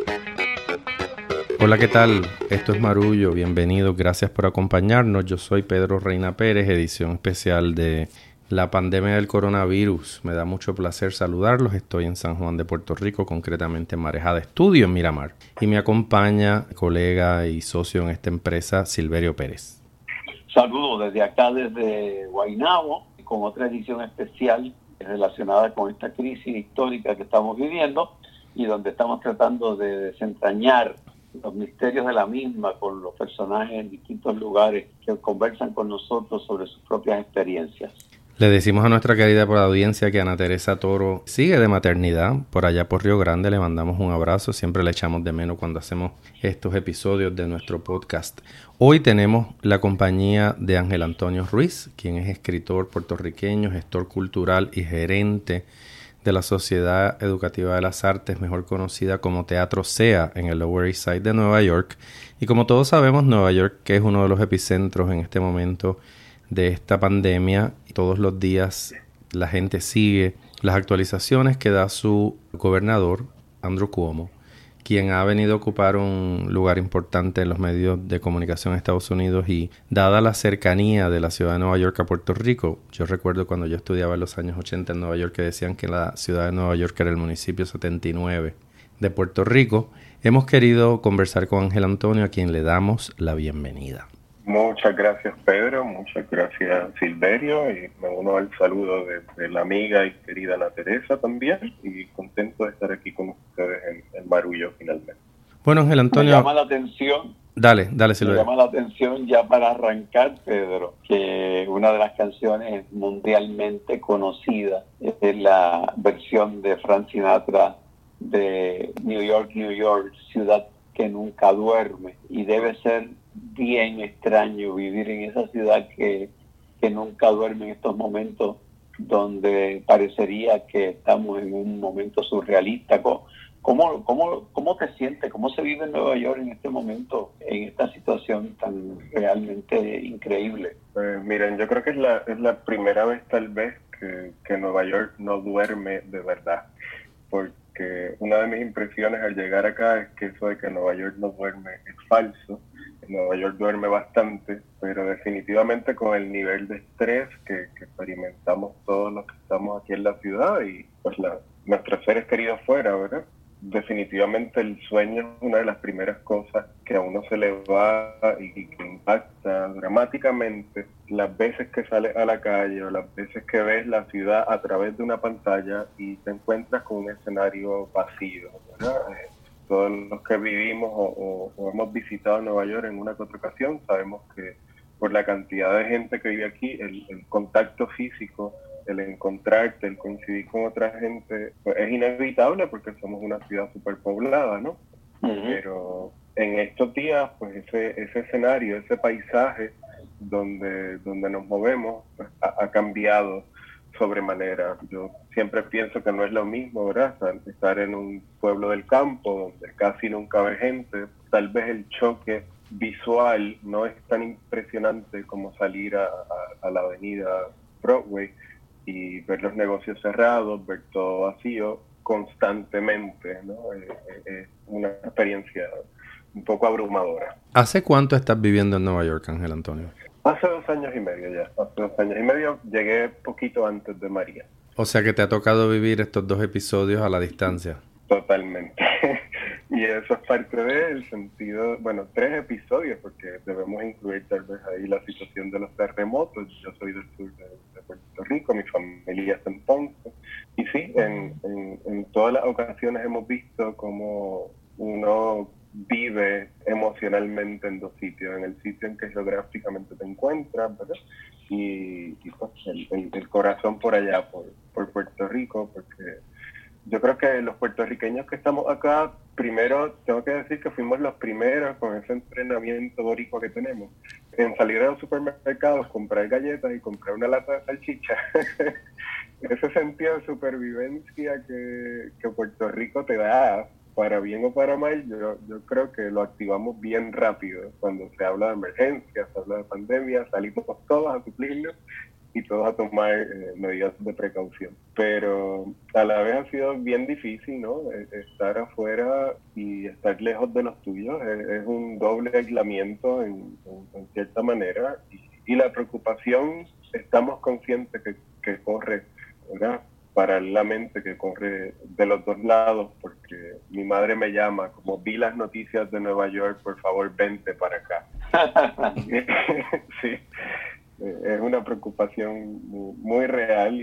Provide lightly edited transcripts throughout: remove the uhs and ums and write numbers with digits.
Hola, ¿qué tal? Esto es Marullo, bienvenidos, gracias por acompañarnos. Yo soy Pedro Reina Pérez, edición especial de la pandemia del coronavirus. Me da mucho placer saludarlos. Estoy en San Juan de Puerto Rico, concretamente en Marejada Estudio, en Miramar. Y me acompaña colega y socio en esta empresa, Silverio Pérez. Saludos desde acá, desde Guaynabo, con otra edición especial relacionada con esta crisis histórica que estamos viviendo y donde estamos tratando de desentrañar los misterios de la misma con los personajes en distintos lugares que conversan con nosotros sobre sus propias experiencias. Le decimos a nuestra querida audiencia que Ana Teresa Toro sigue de maternidad por allá por Río Grande. Le mandamos un abrazo. Siempre le echamos de menos cuando hacemos estos episodios de nuestro podcast. Hoy tenemos la compañía de Ángel Antonio Ruiz, quien es escritor puertorriqueño, gestor cultural y gerente de la Sociedad Educativa de las Artes, mejor conocida como Teatro SEA, en el Lower East Side de Nueva York. Y como todos sabemos, Nueva York, que es uno de los epicentros en este momento de esta pandemia, todos los días la gente sigue las actualizaciones que da su gobernador, Andrew Cuomo, quien ha venido a ocupar un lugar importante en los medios de comunicación de Estados Unidos, y dada la cercanía de la ciudad de Nueva York a Puerto Rico, yo recuerdo cuando yo estudiaba en los años 80 en Nueva York que decían que la ciudad de Nueva York era el municipio 79 de Puerto Rico. Hemos querido conversar con Ángel Antonio, a quien le damos la bienvenida. Muchas gracias, Pedro, muchas gracias, Silverio, y me uno al saludo de la amiga y querida Ana Teresa también, y contento de estar aquí con ustedes en Marullo finalmente. Bueno, Ángel Antonio, me llama la atención, dale, Silverio. Me llama la atención ya para arrancar, Pedro, que una de las canciones mundialmente conocidas es la versión de Frank Sinatra de New York, New York, ciudad que nunca duerme, y debe ser bien extraño vivir en esa ciudad que nunca duerme en estos momentos donde parecería que estamos en un momento surrealista. ¿Cómo te sientes? ¿Cómo se vive en Nueva York en este momento, en esta situación tan realmente increíble? Miren, yo creo que es la primera vez tal vez que Nueva York no duerme de verdad, porque una de mis impresiones al llegar acá es que eso de que Nueva York no duerme es falso. Nueva York duerme bastante, pero definitivamente con el nivel de estrés que experimentamos todos los que estamos aquí en la ciudad y pues nuestros seres queridos fuera, ¿verdad? Definitivamente el sueño es una de las primeras cosas que a uno se le va y que impacta dramáticamente las veces que sales a la calle o las veces que ves la ciudad a través de una pantalla y te encuentras con un escenario vacío, ¿verdad? Todos los que vivimos o hemos visitado Nueva York en una que otra ocasión sabemos que por la cantidad de gente que vive aquí, el contacto físico, el encontrarte, el coincidir con otra gente, pues es inevitable porque somos una ciudad superpoblada, ¿no? Uh-huh. Pero en estos días, pues ese escenario, ese paisaje donde nos movemos, pues, ha cambiado sobremanera. Yo siempre pienso que no es lo mismo, ¿verdad? Estar en un pueblo del campo donde casi nunca ve gente, tal vez el choque visual no es tan impresionante como salir a la avenida Broadway y ver los negocios cerrados, ver todo vacío constantemente, ¿no? Es una experiencia un poco abrumadora. ¿Hace cuánto estás viviendo en Nueva York, Ángel Antonio? Hace 2 años y medio ya. Hace 2 años y medio. Llegué poquito antes de María. O sea que te ha tocado vivir estos 2 episodios a la distancia. Totalmente. Y eso es parte del sentido, 3 episodios, porque debemos incluir tal vez ahí la situación de los terremotos. Yo soy del sur de Puerto Rico, mi familia está en Ponce. Y sí, en todas las ocasiones hemos visto cómo uno vive emocionalmente en 2 sitios, en el sitio en que geográficamente te encuentras, ¿verdad? Y pues el corazón por allá, por Puerto Rico, porque yo creo que los puertorriqueños que estamos acá, primero tengo que decir que fuimos los primeros con ese entrenamiento boricua que tenemos, en salir a los supermercados, comprar galletas y comprar una lata de salchicha. Ese sentido de supervivencia que Puerto Rico te da, para bien o para mal, yo creo que lo activamos bien rápido. Cuando se habla de emergencia, se habla de pandemia, salimos todos a suplirlo y todos a tomar medidas de precaución. Pero a la vez ha sido bien difícil, ¿no? Estar afuera y estar lejos de los tuyos es un doble aislamiento en cierta manera, y la preocupación, estamos conscientes que corre, ¿verdad?, paralelamente, que corre de los dos lados, porque mi madre me llama, como vi las noticias de Nueva York, por favor vente para acá. Sí, es una preocupación muy real,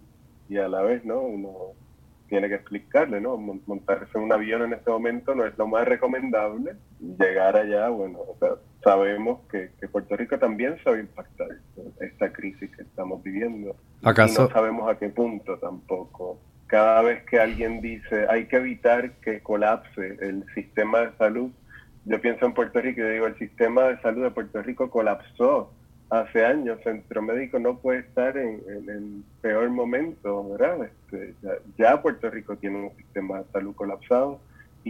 y a la vez, ¿no?, uno tiene que explicarle, ¿no? Montarse en un avión en este momento no es lo más recomendable. Llegar allá, bueno, o sea, sabemos que Puerto Rico también se va a impactar esta crisis que estamos viviendo. ¿Acaso? Y no sabemos a qué punto tampoco. Cada vez que alguien dice hay que evitar que colapse el sistema de salud, yo pienso en Puerto Rico y digo, el sistema de salud de Puerto Rico colapsó hace años. Centro Médico no puede estar en el peor momento, ¿verdad? Ya Puerto Rico tiene un sistema de salud colapsado,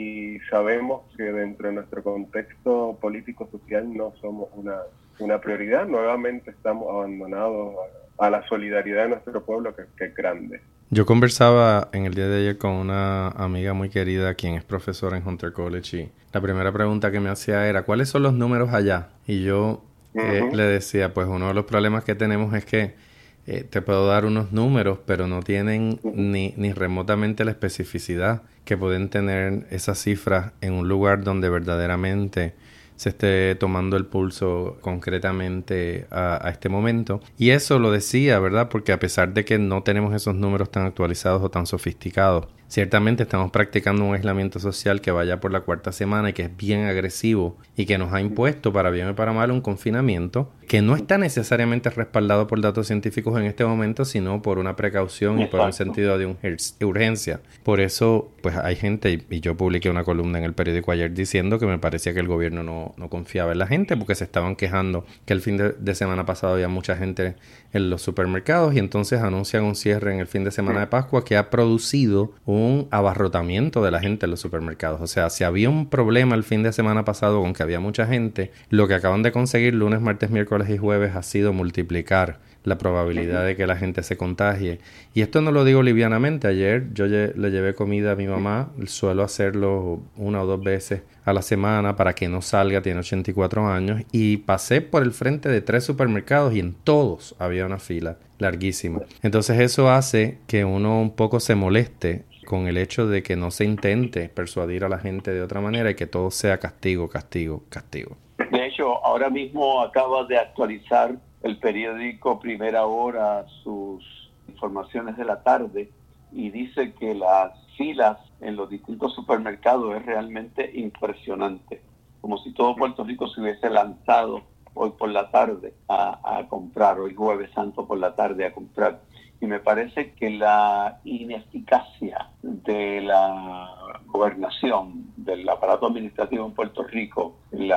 y sabemos que dentro de nuestro contexto político-social no somos una prioridad. Nuevamente estamos abandonados a la solidaridad de nuestro pueblo, que es grande. Yo conversaba en el día de ayer con una amiga muy querida, quien es profesora en Hunter College, y la primera pregunta que me hacía era, ¿cuáles son los números allá? Y yo le decía, pues uno de los problemas que tenemos es que te puedo dar unos números, pero no tienen ni remotamente la especificidad que pueden tener esas cifras en un lugar donde verdaderamente se esté tomando el pulso concretamente a este momento. Y eso lo decía, ¿verdad? Porque a pesar de que no tenemos esos números tan actualizados o tan sofisticados, ciertamente estamos practicando un aislamiento social que vaya por la 4ª semana y que es bien agresivo y que nos ha impuesto, para bien o para mal, un confinamiento que no está necesariamente respaldado por datos científicos en este momento, sino por una precaución y por un sentido de urgencia. Por eso, pues hay gente, y yo publiqué una columna en el periódico ayer diciendo que me parecía que el gobierno no confiaba en la gente, porque se estaban quejando que el fin de semana pasado había mucha gente en los supermercados, y entonces anuncian un cierre en el fin de semana de Pascua que ha producido un abarrotamiento de la gente en los supermercados. O sea, si había un problema el fin de semana pasado con que había mucha gente, lo que acaban de conseguir lunes, martes, miércoles y jueves ha sido multiplicar la probabilidad de que la gente se contagie. Y esto no lo digo livianamente. Ayer yo le llevé comida a mi mamá. Suelo hacerlo 1 o 2 veces a la semana para que no salga. Tiene 84 años. Y pasé por el frente de 3 supermercados y en todos había una fila larguísima. Entonces eso hace que uno un poco se moleste con el hecho de que no se intente persuadir a la gente de otra manera y que todo sea castigo, castigo, castigo. De hecho, ahora mismo acaba de actualizar el periódico Primera Hora sus informaciones de la tarde, y dice que las filas en los distintos supermercados es realmente impresionante, como si todo Puerto Rico se hubiese lanzado hoy por la tarde a comprar, hoy Jueves Santo por la tarde a comprar. Y me parece que la ineficacia de la gobernación, del aparato administrativo en Puerto Rico,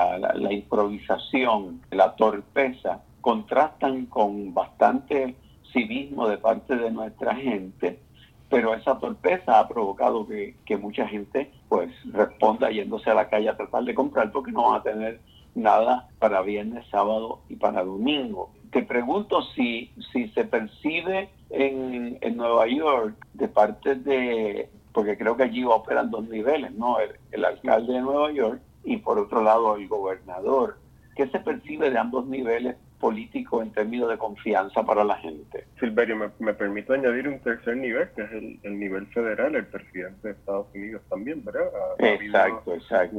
la improvisación, la torpeza, contrastan con bastante civismo de parte de nuestra gente, pero esa torpeza ha provocado que mucha gente pues responda yéndose a la calle a tratar de comprar, porque no van a tener nada para viernes, sábado y para domingo. Te pregunto si se percibe en Nueva York de parte de, porque creo que allí operan 2 niveles, ¿no? El alcalde de Nueva York y por otro lado el gobernador. ¿Qué se percibe de ambos niveles políticos en términos de confianza para la gente? Silverio, me permito añadir un tercer nivel, que es el nivel federal. El presidente de Estados Unidos también, ¿verdad? Exacto.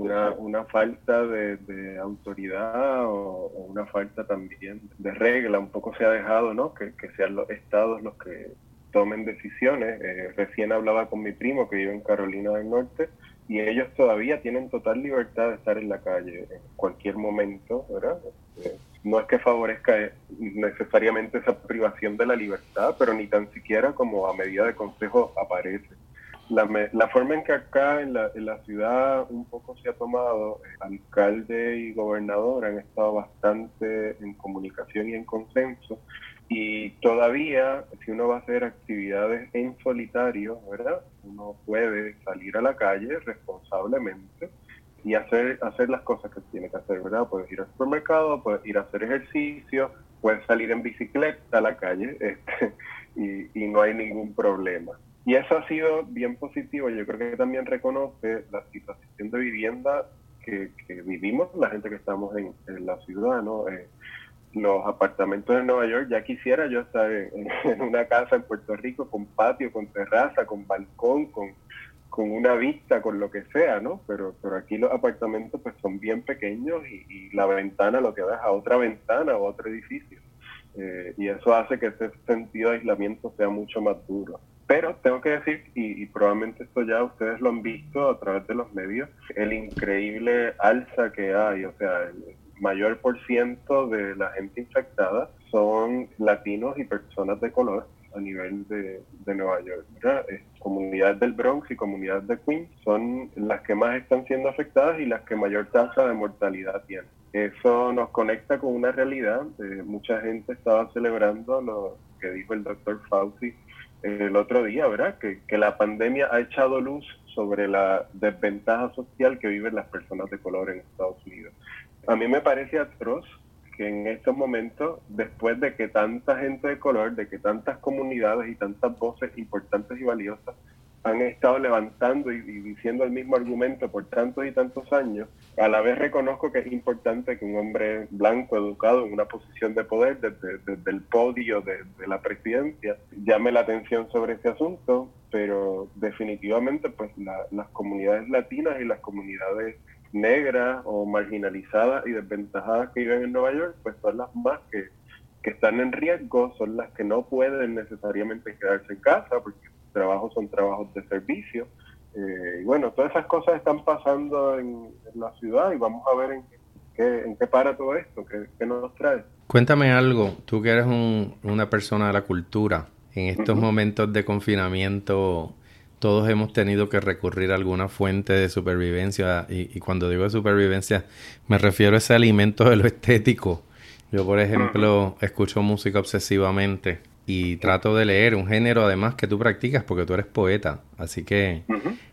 Una falta de autoridad o una falta también de regla. Un poco se ha dejado, ¿no?, que sean los estados los que tomen decisiones. Recién hablaba con mi primo que vive en Carolina del Norte, y ellos todavía tienen total libertad de estar en la calle en cualquier momento, ¿verdad? No es que favorezca necesariamente esa privación de la libertad, pero ni tan siquiera como a medida de consejo aparece. La forma en que acá en la ciudad un poco se ha tomado, alcalde y gobernador han estado bastante en comunicación y en consenso, y todavía si uno va a hacer actividades en solitario, ¿verdad?, uno puede salir a la calle responsablemente y hacer las cosas que tiene que hacer, ¿verdad? Puedes ir al supermercado, puedes ir a hacer ejercicio, puedes salir en bicicleta a la calle y no hay ningún problema. Y eso ha sido bien positivo. Yo creo que también reconoce la situación de vivienda que vivimos, la gente que estamos en la ciudad, ¿no? Los apartamentos de Nueva York, ya quisiera yo estar en una casa en Puerto Rico con patio, con terraza, con balcón, con una vista, con lo que sea, ¿no? Pero aquí los apartamentos pues son bien pequeños y la ventana lo que da es a otra ventana o a otro edificio. Y eso hace que ese sentido de aislamiento sea mucho más duro. Pero tengo que decir, y probablemente esto ya ustedes lo han visto a través de los medios, el increíble alza que hay, o sea, el mayor % de la gente infectada son latinos y personas de color a nivel de Nueva York, ¿verdad? Comunidades del Bronx y comunidades de Queens son las que más están siendo afectadas y las que mayor tasa de mortalidad tienen. Eso nos conecta con una realidad. Mucha gente estaba celebrando lo que dijo el doctor Fauci el otro día, ¿verdad? Que la pandemia ha echado luz sobre la desventaja social que viven las personas de color en Estados Unidos. A mí me parece atroz que en estos momentos, después de que tanta gente de color, de que tantas comunidades y tantas voces importantes y valiosas han estado levantando y diciendo el mismo argumento por tantos y tantos años, a la vez reconozco que es importante que un hombre blanco, educado, en una posición de poder, desde el podio de la presidencia, llame la atención sobre ese asunto, pero definitivamente pues las comunidades latinas y las comunidades negras o marginalizadas y desventajadas que viven en Nueva York, pues son las más que están en riesgo, son las que no pueden necesariamente quedarse en casa, porque trabajos son trabajos de servicio. Y bueno, todas esas cosas están pasando en la ciudad y vamos a ver en qué para todo esto, qué nos trae. Cuéntame algo, tú que eres una persona de la cultura, en estos momentos de confinamiento todos hemos tenido que recurrir a alguna fuente de supervivencia y cuando digo de supervivencia me refiero a ese alimento de lo estético. Yo, por ejemplo, escucho música obsesivamente y trato de leer un género además que tú practicas porque tú eres poeta. Así que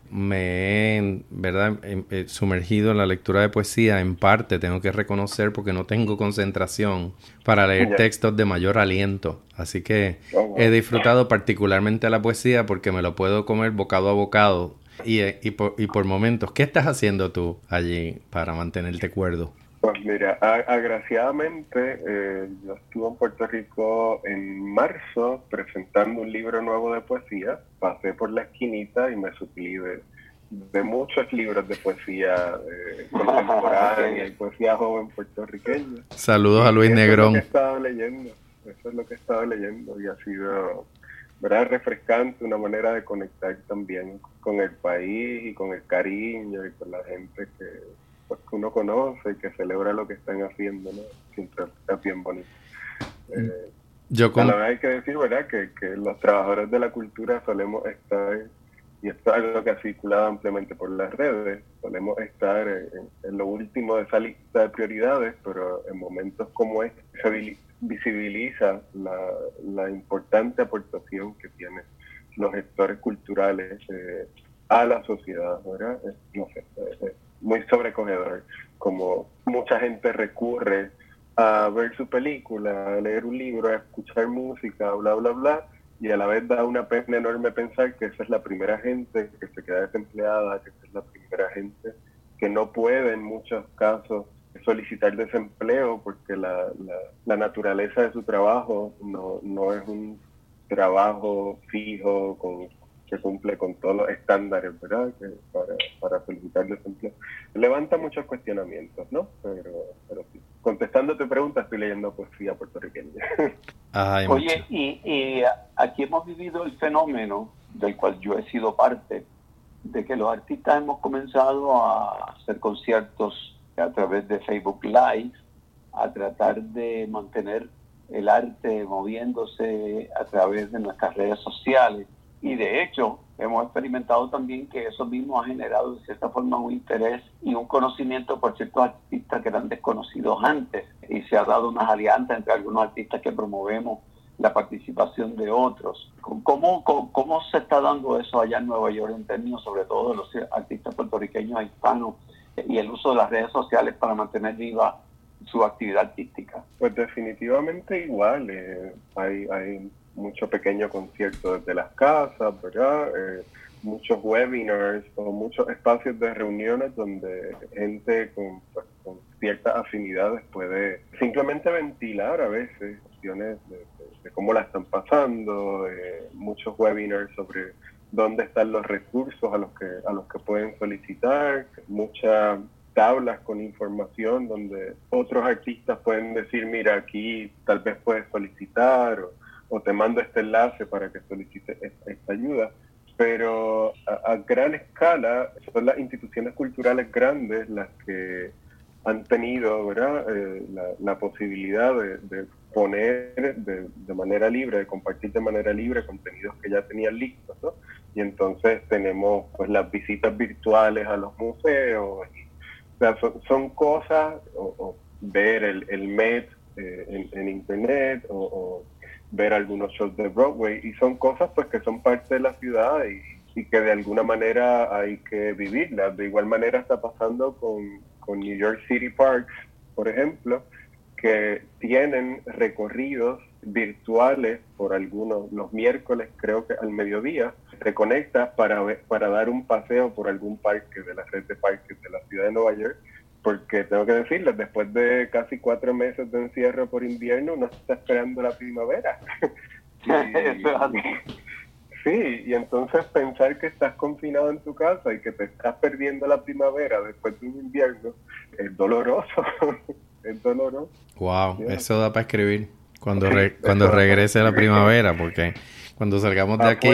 me he, ¿verdad? Sumergido en la lectura de poesía en parte, tengo que reconocer, porque no tengo concentración para leer textos de mayor aliento. Así que he disfrutado particularmente la poesía porque me lo puedo comer bocado a bocado y por momentos. ¿Qué estás haciendo tú allí para mantenerte cuerdo? Pues mira, agraciadamente yo estuve en Puerto Rico en marzo presentando un libro nuevo de poesía. Pasé por la esquinita y me suplí de muchos libros de poesía contemporánea y poesía joven puertorriqueña. Saludos a Luis Negrón. Eso es lo que he estado leyendo y ha sido, ¿verdad?, refrescante, una manera de conectar también con el país y con el cariño y con la gente que uno conoce y que celebra lo que están haciendo, ¿no? Siempre es bien bonito. A la vez hay que decir, ¿verdad?, que los trabajadores de la cultura solemos estar, y esto es algo que ha circulado ampliamente por las redes, solemos estar en lo último de esa lista de prioridades, pero en momentos como este se visibiliza la importante aportación que tienen los gestores culturales a la sociedad, ¿verdad? Es muy sobrecogedor, como mucha gente recurre a ver su película, a leer un libro, a escuchar música, bla, bla, bla, y a la vez da una pena enorme pensar que esa es la primera gente que se queda desempleada, que esa es la primera gente que no puede en muchos casos solicitar desempleo porque la naturaleza de su trabajo no es un trabajo fijo que cumple con todos los estándares, ¿verdad?, que para solicitar desempleo. Levanta muchos cuestionamientos, ¿no? Pero sí. Contestando tu pregunta, estoy leyendo poesía puertorriqueña. Oye, y aquí hemos vivido el fenómeno, del cual yo he sido parte, de que los artistas hemos comenzado a hacer conciertos a través de Facebook Live, a tratar de mantener el arte moviéndose a través de nuestras redes sociales. Y de hecho, hemos experimentado también que eso mismo ha generado de cierta forma un interés y un conocimiento por ciertos artistas que eran desconocidos antes. Y se ha dado unas alianzas entre algunos artistas que promovemos la participación de otros. ¿Cómo se está dando eso allá en Nueva York en términos sobre todo de los artistas puertorriqueños e hispanos y el uso de las redes sociales para mantener viva su actividad artística? Pues definitivamente igual. Hay mucho pequeño concierto desde las casas, ¿verdad? Muchos webinars o muchos espacios de reuniones donde gente con ciertas afinidades puede simplemente ventilar a veces cuestiones de cómo la están pasando, muchos webinars sobre dónde están los recursos a los que pueden solicitar, muchas tablas con información donde otros artistas pueden decir, mira, aquí tal vez puedes solicitar o te mando este enlace para que solicites esta ayuda. Pero a gran escala son las instituciones culturales grandes las que han tenido, ¿verdad? La posibilidad de poner de manera libre, de compartir de manera libre contenidos que ya tenían listos, ¿no? Y entonces tenemos pues las visitas virtuales a los museos. O sea, son cosas, o ver el Met en internet, o ver algunos shows de Broadway, y son cosas pues que son parte de la ciudad y que de alguna manera hay que vivirlas. De igual manera está pasando con New York City Parks, por ejemplo, que tienen recorridos virtuales por algunos, los miércoles creo que al mediodía, te conectas para dar un paseo por algún parque de la red de parques de la ciudad de Nueva York, porque tengo que decirles, después de casi 4 meses de encierro por invierno, uno está esperando la primavera. Sí, y entonces pensar que estás confinado en tu casa y que te estás perdiendo la primavera después de un invierno es doloroso. Es doloroso. Wow, yeah. Eso da para escribir cuando regrese la primavera, porque cuando salgamos de aquí...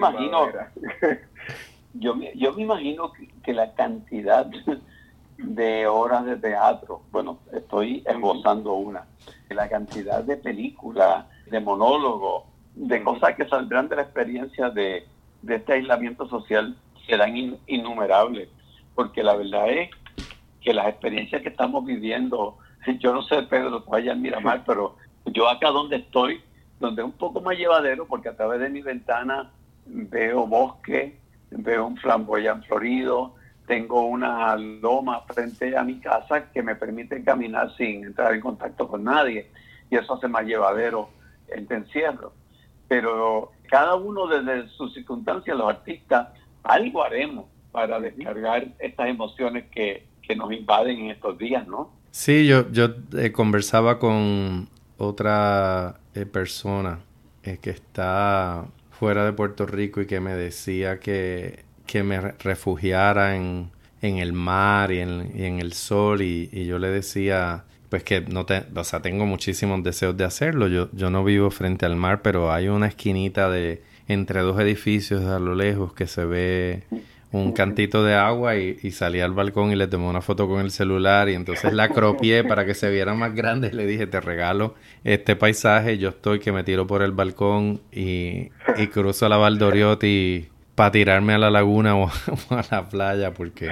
Yo me imagino que la cantidad de horas de teatro, bueno, estoy esbozando una, la cantidad de películas, de monólogos, de cosas que saldrán de la experiencia de este aislamiento social serán innumerables, porque la verdad es que las experiencias que estamos viviendo, yo no sé, Pedro, tú allá en Miramar, pero yo acá donde estoy, donde es un poco más llevadero, porque a través de mi ventana veo bosque, veo un flamboyán florido, tengo una loma frente a mi casa que me permite caminar sin entrar en contacto con nadie, y eso hace más llevadero el encierro. Pero cada uno desde sus circunstancias, los artistas, algo haremos para descargar estas emociones que nos invaden en estos días, ¿no? Sí, yo conversaba con otra persona que está fuera de Puerto Rico y que me decía que me refugiara en el mar y en el sol, y yo le decía pues que tengo muchísimos deseos de hacerlo. Yo no vivo frente al mar, pero hay una esquinita entre 2 edificios a lo lejos que se ve un cantito de agua, y salí al balcón y le tomé una foto con el celular, y entonces la cropié para que se viera más grande. Le dije, te regalo este paisaje, yo estoy que me tiro por el balcón y cruzo la Valdoriotti para tirarme a la laguna o a la playa, porque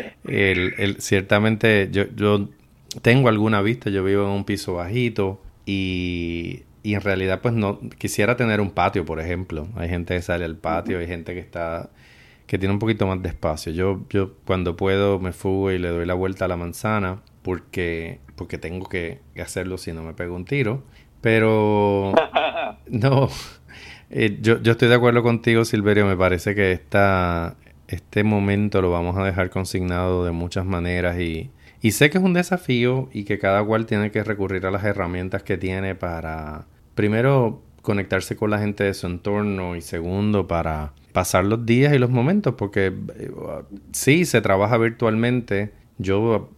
ciertamente yo tengo alguna vista, yo vivo en un piso bajito y en realidad pues no quisiera tener un patio, por ejemplo. Hay gente que sale al patio, hay gente que tiene un poquito más de espacio. Yo cuando puedo me fugo y le doy la vuelta a la manzana porque tengo que hacerlo si no me pego un tiro. Pero no, yo estoy de acuerdo contigo, Silverio. Me parece que este momento lo vamos a dejar consignado de muchas maneras, y sé que es un desafío y que cada cual tiene que recurrir a las herramientas que tiene para, primero, conectarse con la gente de su entorno, y segundo, para pasar los días y los momentos, porque sí, se trabaja virtualmente. Yo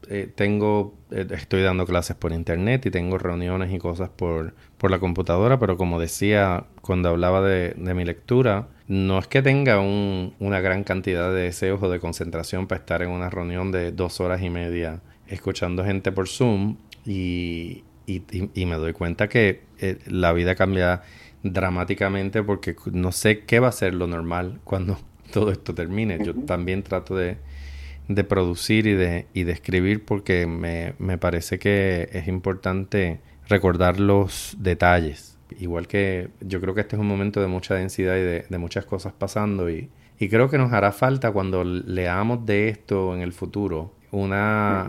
estoy dando clases por internet y tengo reuniones y cosas por la computadora, pero como decía cuando hablaba de mi lectura, no es que tenga una gran cantidad de deseos o de concentración para estar en una reunión de 2 horas y media escuchando gente por Zoom, y me doy cuenta que la vida cambia dramáticamente, porque no sé qué va a ser lo normal cuando todo esto termine. Yo también trato de producir y de escribir, porque me parece que es importante recordar los detalles. Igual que yo creo que este es un momento de mucha densidad y de muchas cosas pasando, y creo que nos hará falta, cuando leamos de esto en el futuro, una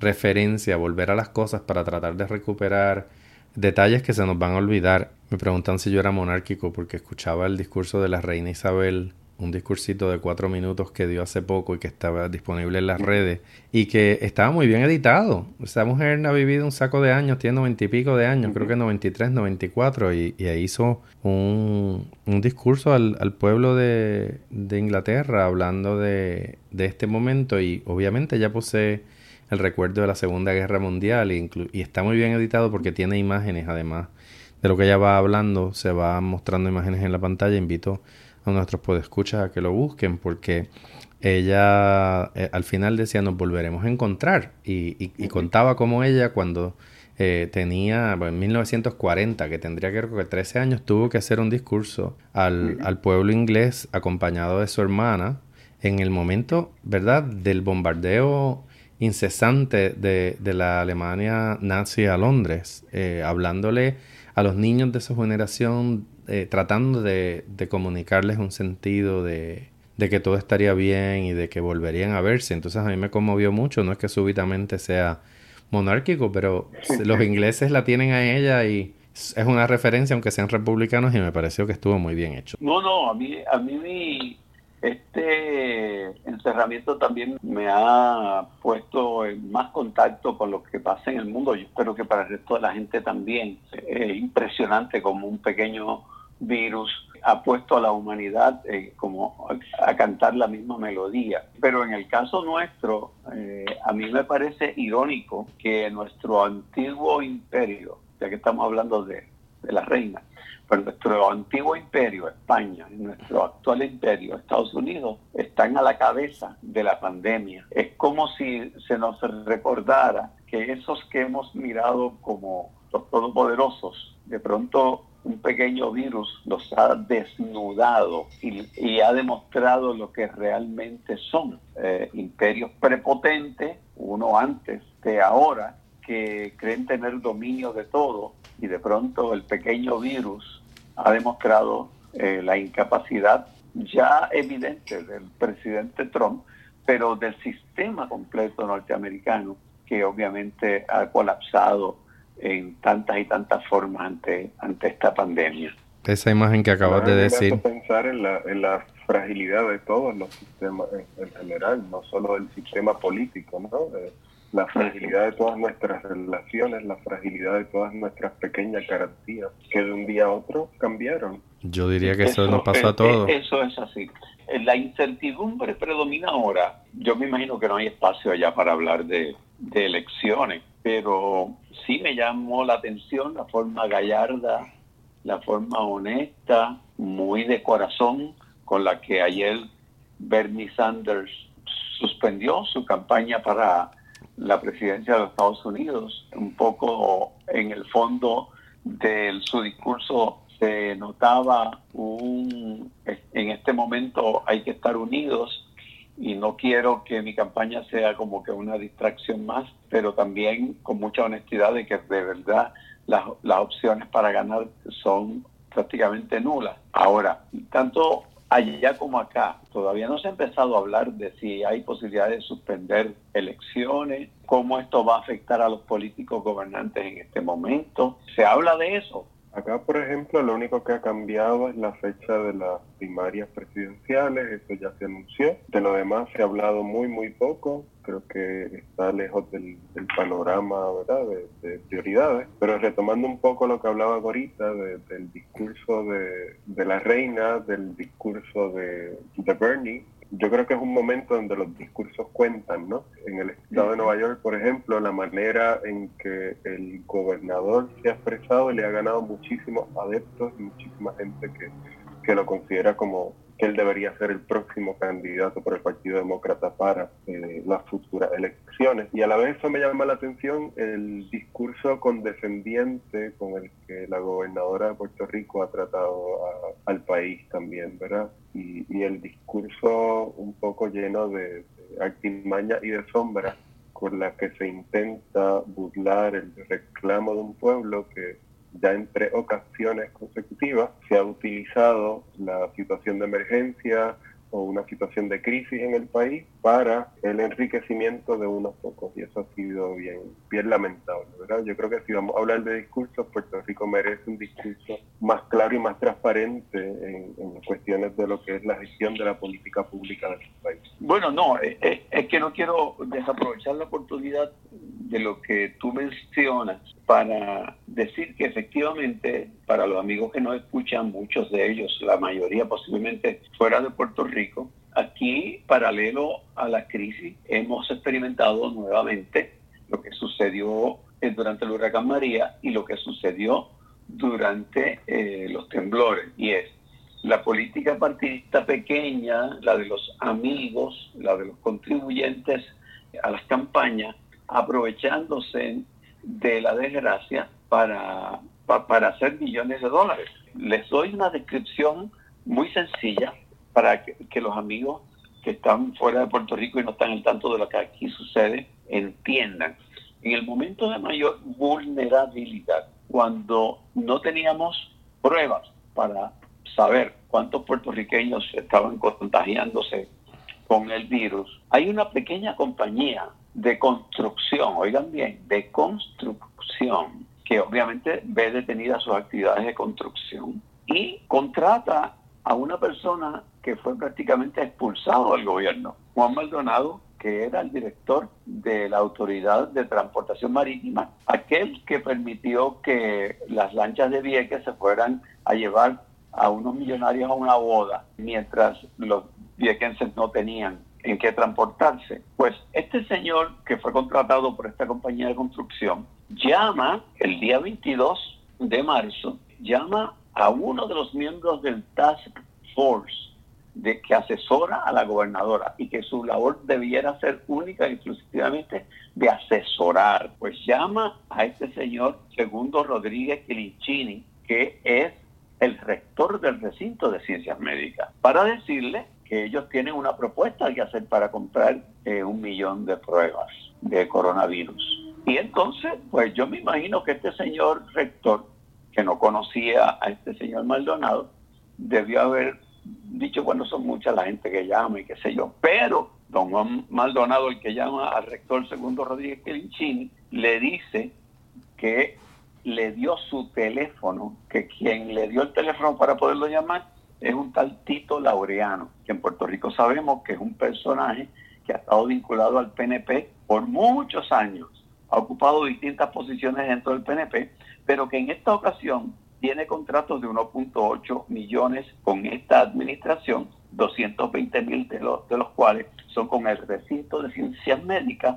referencia, volver a las cosas para tratar de recuperar detalles que se nos van a olvidar. Me preguntan si yo era monárquico porque escuchaba el discurso de la reina Isabel, un discursito de 4 minutos que dio hace poco y que estaba disponible en las redes y que estaba muy bien editado. Esa mujer ha vivido un saco de años, tiene 90 y pico de años, creo que 93, 94 y hizo un discurso al pueblo de Inglaterra hablando de este momento y obviamente ya posee el recuerdo de la Segunda Guerra Mundial y está muy bien editado porque tiene imágenes además de lo que ella va hablando, se va mostrando imágenes en la pantalla. Invito a nuestros podescuchas a que lo busquen porque ella al final decía nos volveremos a encontrar y contaba cómo ella cuando tenía, bueno, en 1940, que tendría creo que 13 años, tuvo que hacer un discurso al pueblo inglés acompañado de su hermana en el momento, ¿verdad?, del bombardeo incesante de la Alemania nazi a Londres, hablándole a los niños de su generación, tratando de comunicarles un sentido de que todo estaría bien y de que volverían a verse. Entonces a mí me conmovió mucho, no es que súbitamente sea monárquico, pero los ingleses la tienen a ella y es una referencia, aunque sean republicanos, y me pareció que estuvo muy bien hecho. No, a mí este encerramiento también me ha puesto en más contacto con lo que pasa en el mundo. Yo espero que para el resto de la gente también. Es impresionante como un pequeño virus ha puesto a la humanidad como a cantar la misma melodía. Pero en el caso nuestro, a mí me parece irónico que nuestro antiguo imperio, ya que estamos hablando de la reina, pero nuestro antiguo imperio, España, y nuestro actual imperio, Estados Unidos, están a la cabeza de la pandemia. Es como si se nos recordara que esos que hemos mirado como los todopoderosos, de pronto un pequeño virus los ha desnudado y ha demostrado lo que realmente son. Imperios prepotentes, uno antes de ahora, que creen tener dominio de todo, y de pronto el pequeño virus ha demostrado la incapacidad ya evidente del presidente Trump, pero del sistema completo norteamericano, que obviamente ha colapsado en tantas y tantas formas ante esta pandemia. Esa imagen que acabas de decir. Me hace pensar en la fragilidad de todos los sistemas en general, no solo del sistema político, ¿no? La fragilidad de todas nuestras relaciones, la fragilidad de todas nuestras pequeñas garantías que de un día a otro cambiaron. Yo diría que eso nos pasó a todos. Eso es así. La incertidumbre predomina ahora. Yo me imagino que no hay espacio allá para hablar de elecciones, pero sí me llamó la atención la forma gallarda, la forma honesta, muy de corazón, con la que ayer Bernie Sanders suspendió su campaña para la presidencia de los Estados Unidos. Un poco en el fondo de su discurso se notaba en este momento hay que estar unidos y no quiero que mi campaña sea como que una distracción más, pero también con mucha honestidad de que de verdad las opciones para ganar son prácticamente nulas. Ahora, tanto allá como acá, todavía no se ha empezado a hablar de si hay posibilidades de suspender elecciones, cómo esto va a afectar a los políticos gobernantes en este momento. ¿Se habla de eso? Acá, por ejemplo, lo único que ha cambiado es la fecha de las primarias presidenciales, eso ya se anunció. De lo demás se ha hablado muy poco, creo que está lejos del panorama, ¿verdad?, de prioridades. Pero retomando un poco lo que hablaba ahorita del discurso de la reina, del discurso de Bernie, yo creo que es un momento donde los discursos cuentan, ¿no? En el estado de Nueva York, por ejemplo, la manera en que el gobernador se ha expresado le ha ganado muchísimos adeptos y muchísima gente que lo considera como que él debería ser el próximo candidato por el Partido Demócrata para las futuras elecciones. Y a la vez eso me llama la atención el discurso condescendiente con el que la gobernadora de Puerto Rico ha tratado al país también, ¿verdad? Y el discurso un poco lleno de artimaña y de sombra con la que se intenta burlar el reclamo de un pueblo que ya en 3 ocasiones consecutivas se ha utilizado la situación de emergencia o una situación de crisis en el país para el enriquecimiento de unos pocos, y eso ha sido bien lamentable, ¿verdad? Yo creo que si vamos a hablar de discursos, Puerto Rico merece un discurso más claro y más transparente en cuestiones de lo que es la gestión de la política pública del país. Bueno, no, es que no quiero desaprovechar la oportunidad de lo que tú mencionas para decir que efectivamente, para los amigos que nos escuchan, muchos de ellos, la mayoría posiblemente fuera de Puerto Rico, aquí, paralelo a la crisis, hemos experimentado nuevamente lo que sucedió durante el huracán María y lo que sucedió durante los temblores, y es la política partidista pequeña, la de los amigos, la de los contribuyentes a las campañas, aprovechándose de la desgracia para hacer millones de dólares. Les doy una descripción muy sencilla para que los amigos que están fuera de Puerto Rico y no están al tanto de lo que aquí sucede entiendan. En el momento de mayor vulnerabilidad, cuando no teníamos pruebas para saber cuántos puertorriqueños estaban contagiándose con el virus, hay una pequeña compañía de construcción, oigan bien, de construcción, que obviamente ve detenidas sus actividades de construcción y contrata a una persona que fue prácticamente expulsado del gobierno, Juan Maldonado, que era el director de la Autoridad de Transportación Marítima, aquel que permitió que las lanchas de Vieques se fueran a llevar a unos millonarios a una boda, mientras los viequenses no tenían en qué transportarse. Pues este señor, que fue contratado por esta compañía de construcción, llama el día 22 de marzo, llama a uno de los miembros del Task Force que asesora a la gobernadora y que su labor debiera ser única y exclusivamente de asesorar. Pues llama a este señor Segundo Rodríguez Quilinchini, que es el rector del recinto de ciencias médicas, para decirle que ellos tienen una propuesta que hacer para comprar 1 millón de pruebas de coronavirus. Y entonces, pues yo me imagino que este señor rector, que no conocía a este señor Maldonado, debió haber dicho, bueno, son muchas la gente que llama y qué sé yo, pero don Juan Maldonado, el que llama al rector Segundo Rodríguez Quilinchini, le dice que le dio su teléfono, que quien le dio el teléfono para poderlo llamar es un tal Tito Laureano, que en Puerto Rico sabemos que es un personaje que ha estado vinculado al PNP por muchos años, ha ocupado distintas posiciones dentro del PNP, pero que en esta ocasión tiene contratos de 1.8 millones con esta administración, 220,000 de los cuales son con el recinto de ciencias médicas,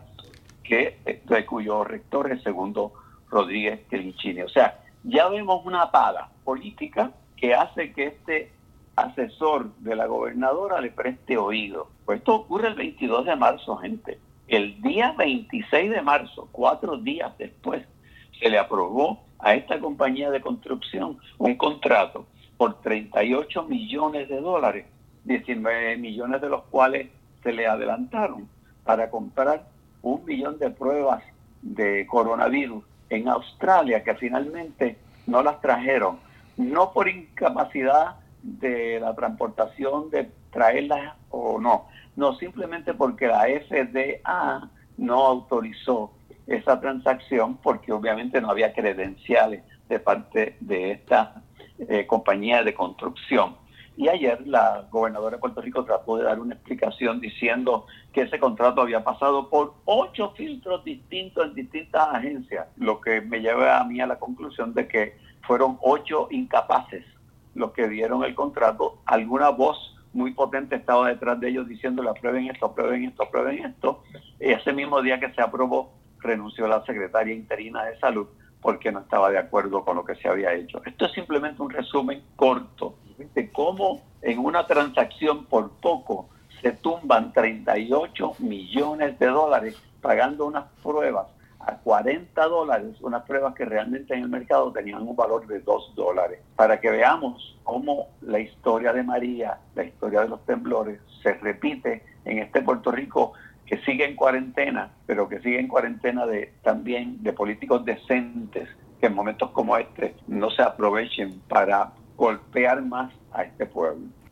de cuyo rector es Segundo Rodríguez Quilinchini. O sea, ya vemos una pala política que hace que este asesor de la gobernadora le preste oído. Pues esto ocurre el 22 de marzo, gente. El día 26 de marzo, 4 días después, se le aprobó a esta compañía de construcción un contrato por 38 millones de dólares, 19 millones de los cuales se le adelantaron para comprar 1 millón de pruebas de coronavirus en Australia, que finalmente no las trajeron, no por incapacidad de la transportación de traerlas o no, simplemente porque la FDA no autorizó esa transacción, porque obviamente no había credenciales de parte de esta compañía de construcción. Y ayer la gobernadora de Puerto Rico trató de dar una explicación diciendo que ese contrato había pasado por 8 filtros distintos en distintas agencias, lo que me lleva a mí a la conclusión de que fueron 8 incapaces los que dieron el contrato. Alguna voz muy potente estaba detrás de ellos diciendo aprueben esto, aprueben esto, aprueben esto. Ese mismo día que se aprobó, renunció la secretaria interina de Salud porque no estaba de acuerdo con lo que se había hecho. Esto es simplemente un resumen corto de cómo en una transacción por poco se tumban 38 millones de dólares pagando unas pruebas a $40, unas pruebas que realmente en el mercado tenían un valor de $2, para que veamos cómo la historia de María, la historia de los temblores, se repite en este Puerto Rico que sigue en cuarentena, pero que sigue en cuarentena también de políticos decentes que en momentos como este no se aprovechen para golpear más a este pueblo.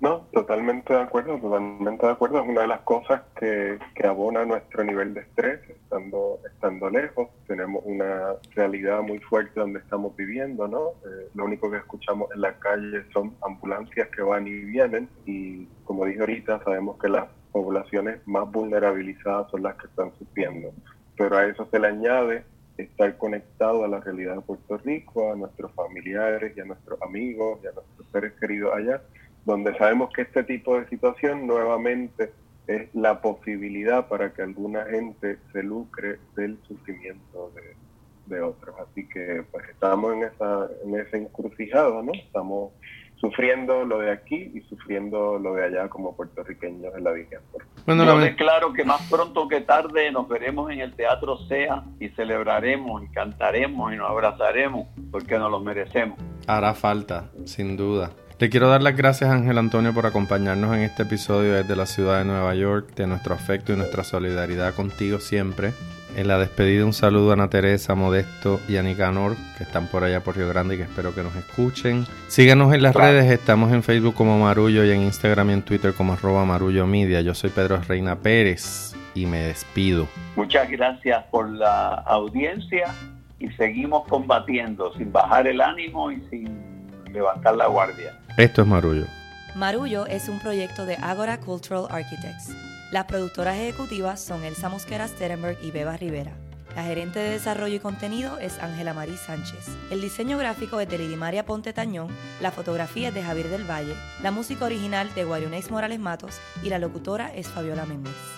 No, totalmente de acuerdo, totalmente de acuerdo. Es una de las cosas que abona nuestro nivel de estrés, estando lejos. Tenemos una realidad muy fuerte donde estamos viviendo, ¿no? Lo único que escuchamos en la calle son ambulancias que van y vienen, y como dije ahorita, sabemos que las poblaciones más vulnerabilizadas son las que están sufriendo. Pero a eso se le añade estar conectado a la realidad de Puerto Rico, a nuestros familiares y a nuestros amigos y a nuestros seres queridos allá, donde sabemos que este tipo de situación nuevamente es la posibilidad para que alguna gente se lucre del sufrimiento de otros. Así que pues estamos en esa encrucijada, ¿no? Estamos sufriendo lo de aquí y sufriendo lo de allá como puertorriqueños en la diáspora. Bueno, yo declaro que más pronto que tarde nos veremos en el Teatro SEA y celebraremos y cantaremos y nos abrazaremos porque nos lo merecemos. Hará falta, sin duda. Le quiero dar las gracias a Ángel Antonio por acompañarnos en este episodio desde la ciudad de Nueva York, de nuestro afecto y nuestra solidaridad contigo siempre. En la despedida un saludo a Ana Teresa, Modesto y a Nicanor, que están por allá por Río Grande y que espero que nos escuchen. Síganos en las redes, estamos en Facebook como Marullo y en Instagram y en Twitter como @MarulloMedia. Yo soy Pedro Reina Pérez y me despido. Muchas gracias por la audiencia y seguimos combatiendo sin bajar el ánimo y sin levantar la guardia. Esto es Marullo. Marullo es un proyecto de Ágora Cultural Architects. Las productoras ejecutivas son Elsa Mosquera Sterenberg y Beba Rivera. La gerente de desarrollo y contenido es Ángela Marí Sánchez. El diseño gráfico es de Lidimaria Ponte Tañón, la fotografía es de Javier del Valle, la música original de Guarionex Morales Matos y la locutora es Fabiola Méndez.